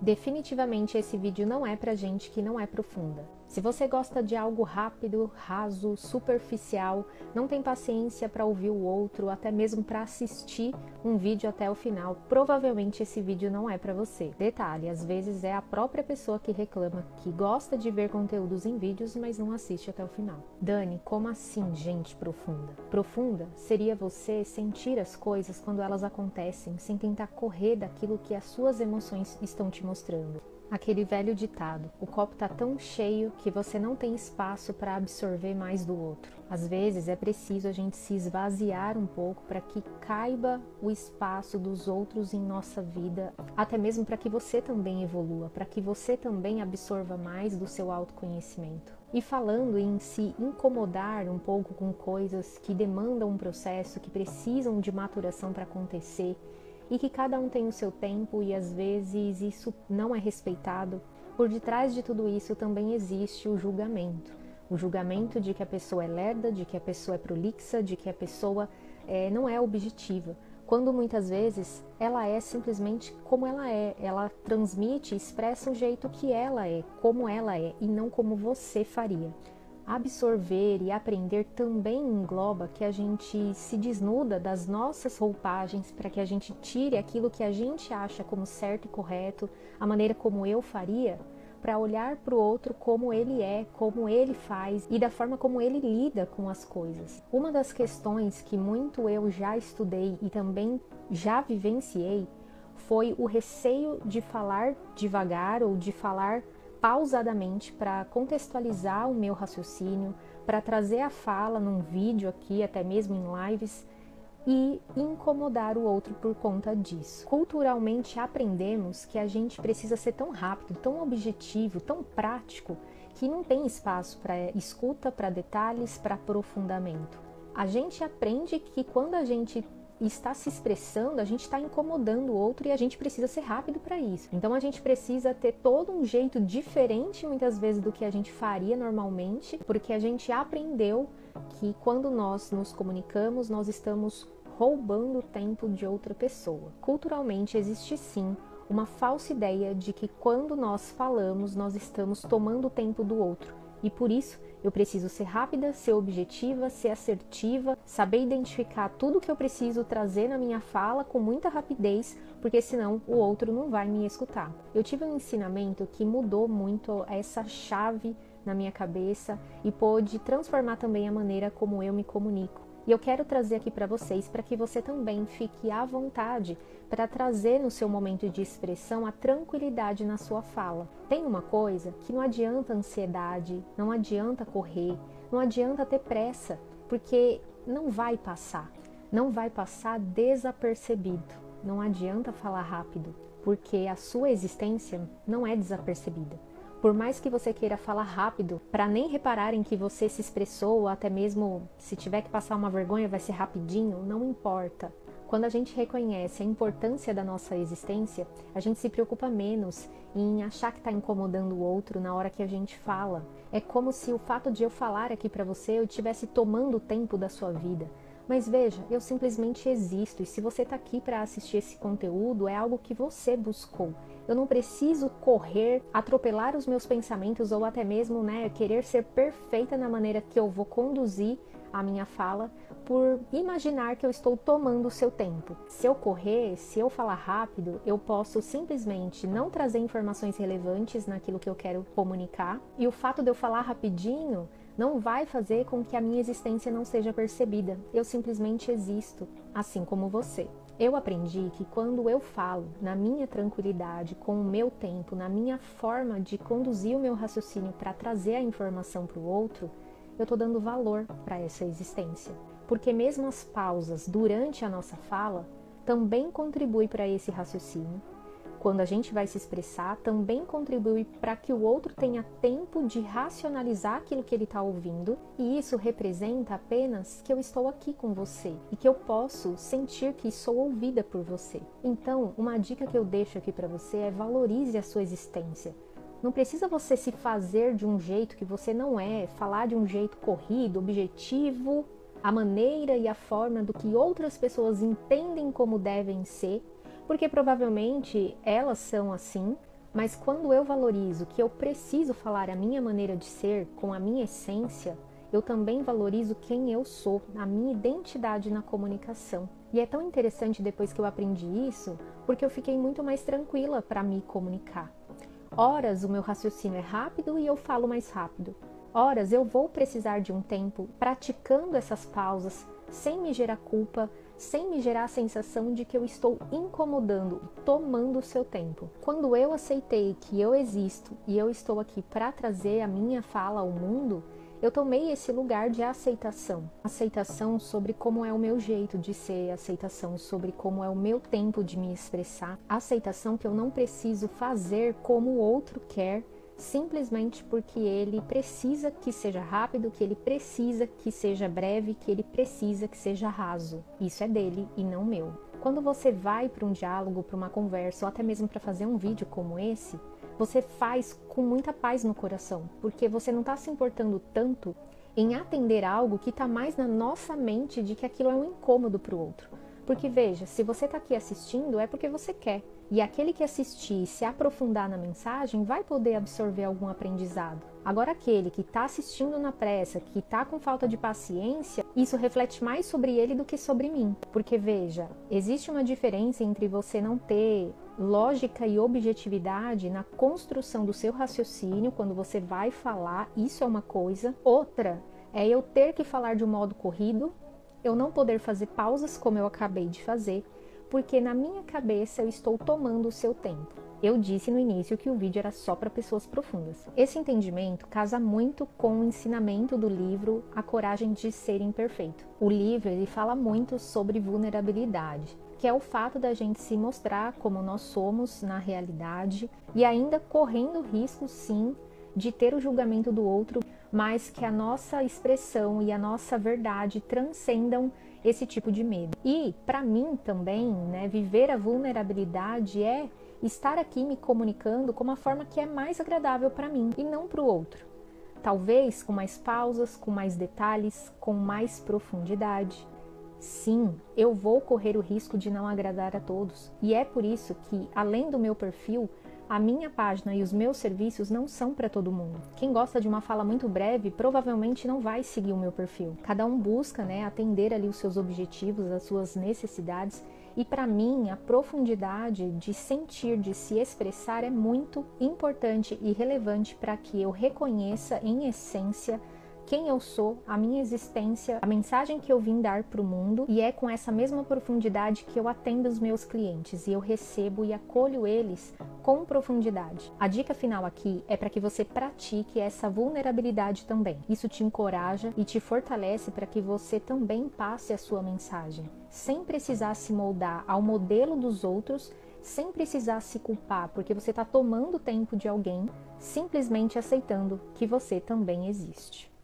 Definitivamente esse vídeo não é pra gente que não é profunda. Se você gosta de algo rápido, raso, superficial, não tem paciência para ouvir o outro, até mesmo para assistir um vídeo até o final, provavelmente esse vídeo não é para você. Detalhe, às vezes é a própria pessoa que reclama que gosta de ver conteúdos em vídeos, mas não assiste até o final. Dani, como assim, gente profunda? Profunda seria você sentir as coisas quando elas acontecem, sem tentar correr daquilo que as suas emoções estão te mostrando. Aquele velho ditado, o copo tá tão cheio que você não tem espaço para absorver mais do outro. Às vezes é preciso a gente se esvaziar um pouco para que caiba o espaço dos outros em nossa vida, até mesmo para que você também evolua, para que você também absorva mais do seu autoconhecimento. E falando em se incomodar um pouco com coisas que demandam um processo, que precisam de maturação para acontecer, e que cada um tem o seu tempo e às vezes isso não é respeitado, por detrás de tudo isso também existe o julgamento. O julgamento de que a pessoa é lerda, de que a pessoa é prolixa, de que a pessoa não é objetiva, quando muitas vezes ela é simplesmente como ela transmite e expressa o jeito que ela é, como ela é e não como você faria. Absorver e aprender também engloba que a gente se desnuda das nossas roupagens para que a gente tire aquilo que a gente acha como certo e correto, a maneira como eu faria, para olhar para o outro como ele é, como ele faz e da forma como ele lida com as coisas. Uma das questões que muito eu já estudei e também já vivenciei foi o receio de falar devagar ou de falar pausadamente para contextualizar o meu raciocínio, para trazer a fala num vídeo aqui, até mesmo em lives, e incomodar o outro por conta disso. Culturalmente aprendemos que a gente precisa ser tão rápido, tão objetivo, tão prático, que não tem espaço para escuta, para detalhes, para aprofundamento. A gente aprende que quando a gente está se expressando, a gente está incomodando o outro e a gente precisa ser rápido para isso. Então a gente precisa ter todo um jeito diferente muitas vezes do que a gente faria normalmente, porque a gente aprendeu que quando nós nos comunicamos, nós estamos roubando o tempo de outra pessoa. Culturalmente existe sim uma falsa ideia de que quando nós falamos, nós estamos tomando o tempo do outro. E por isso eu preciso ser rápida, ser objetiva, ser assertiva, saber identificar tudo que eu preciso trazer na minha fala com muita rapidez, porque senão o outro não vai me escutar. Eu tive um ensinamento que mudou muito essa chave na minha cabeça e pôde transformar também a maneira como eu me comunico. E eu quero trazer aqui para vocês, para que você também fique à vontade para trazer no seu momento de expressão a tranquilidade na sua fala. Tem uma coisa que não adianta ansiedade, não adianta correr, não adianta ter pressa, porque não vai passar desapercebido. Não adianta falar rápido, porque a sua existência não é desapercebida. Por mais que você queira falar rápido, para nem repararem que você se expressou, ou até mesmo se tiver que passar uma vergonha vai ser rapidinho, não importa. Quando a gente reconhece a importância da nossa existência, a gente se preocupa menos em achar que está incomodando o outro na hora que a gente fala. É como se o fato de eu falar aqui para você, eu estivesse tomando o tempo da sua vida. Mas veja, eu simplesmente existo e se você está aqui para assistir esse conteúdo, é algo que você buscou. Eu não preciso correr, atropelar os meus pensamentos ou até mesmo querer ser perfeita na maneira que eu vou conduzir a minha fala por imaginar que eu estou tomando o seu tempo. Se eu correr, se eu falar rápido, eu posso simplesmente não trazer informações relevantes naquilo que eu quero comunicar e o fato de eu falar rapidinho não vai fazer com que a minha existência não seja percebida. Eu simplesmente existo, assim como você. Eu aprendi que quando eu falo na minha tranquilidade, com o meu tempo, na minha forma de conduzir o meu raciocínio para trazer a informação para o outro, eu estou dando valor para essa existência. Porque mesmo as pausas durante a nossa fala também contribuem para esse raciocínio. Quando a gente vai se expressar, também contribui para que o outro tenha tempo de racionalizar aquilo que ele está ouvindo, e isso representa apenas que eu estou aqui com você e que eu posso sentir que sou ouvida por você. Então, uma dica que eu deixo aqui para você é valorize a sua existência. Não precisa você se fazer de um jeito que você não é, falar de um jeito corrido, objetivo, a maneira e a forma do que outras pessoas entendem como devem ser, porque provavelmente elas são assim, Mas quando eu valorizo que eu preciso falar a minha maneira de ser, com a minha essência, eu também valorizo quem eu sou, a minha identidade na comunicação. E é tão interessante depois que eu aprendi isso, porque eu fiquei muito mais tranquila para me comunicar. Horas o meu raciocínio é rápido e eu falo mais rápido. Horas eu vou precisar de um tempo praticando essas pausas, sem me gerar culpa, sem me gerar a sensação de que eu estou incomodando, tomando o seu tempo. Quando eu aceitei que eu existo e eu estou aqui para trazer a minha fala ao mundo, eu tomei esse lugar de aceitação. Aceitação sobre como é o meu jeito de ser, aceitação sobre como é o meu tempo de me expressar, aceitação que eu não preciso fazer como o outro quer, simplesmente porque ele precisa que seja rápido, que ele precisa que seja breve, que ele precisa que seja raso. Isso é dele e não meu. Quando você vai para um diálogo, para uma conversa, ou até mesmo para fazer um vídeo como esse, você faz com muita paz no coração, porque você não está se importando tanto em atender algo que está mais na nossa mente de que aquilo é um incômodo para o outro. Porque veja, se você está aqui assistindo é porque você quer. E aquele que assistir e se aprofundar na mensagem vai poder absorver algum aprendizado. Agora aquele que está assistindo na pressa, que está com falta de paciência, isso reflete mais sobre ele do que sobre mim. Porque veja, existe uma diferença entre você não ter lógica e objetividade na construção do seu raciocínio quando você vai falar, isso é uma coisa. Outra é eu ter que falar de um modo corrido, eu não poder fazer pausas como eu acabei de fazer, porque na minha cabeça eu estou tomando o seu tempo. Eu disse no início que o vídeo era só para pessoas profundas. Esse entendimento casa muito com o ensinamento do livro A Coragem de Ser Imperfeito. O livro ele fala muito sobre vulnerabilidade, que é o fato da gente se mostrar como nós somos na realidade e ainda correndo risco, sim, de ter o julgamento do outro, mas que a nossa expressão e a nossa verdade transcendam esse tipo de medo. E para mim também, viver a vulnerabilidade é estar aqui me comunicando com uma forma que é mais agradável para mim e não para o outro. Talvez com mais pausas, com mais detalhes, com mais profundidade. Sim, eu vou correr o risco de não agradar a todos. E é por isso que, além do meu perfil, a minha página e os meus serviços não são para todo mundo. Quem gosta de uma fala muito breve provavelmente não vai seguir o meu perfil. Cada um busca, atender ali os seus objetivos, as suas necessidades. E para mim, a profundidade de sentir, de se expressar é muito importante e relevante para que eu reconheça em essência quem eu sou, a minha existência, a mensagem que eu vim dar para o mundo, e é com essa mesma profundidade que eu atendo os meus clientes e eu recebo e acolho eles com profundidade. A dica final aqui é para que você pratique essa vulnerabilidade também. Isso te encoraja e te fortalece para que você também passe a sua mensagem, sem precisar se moldar ao modelo dos outros, sem precisar se culpar porque você está tomando tempo de alguém, simplesmente aceitando que você também existe.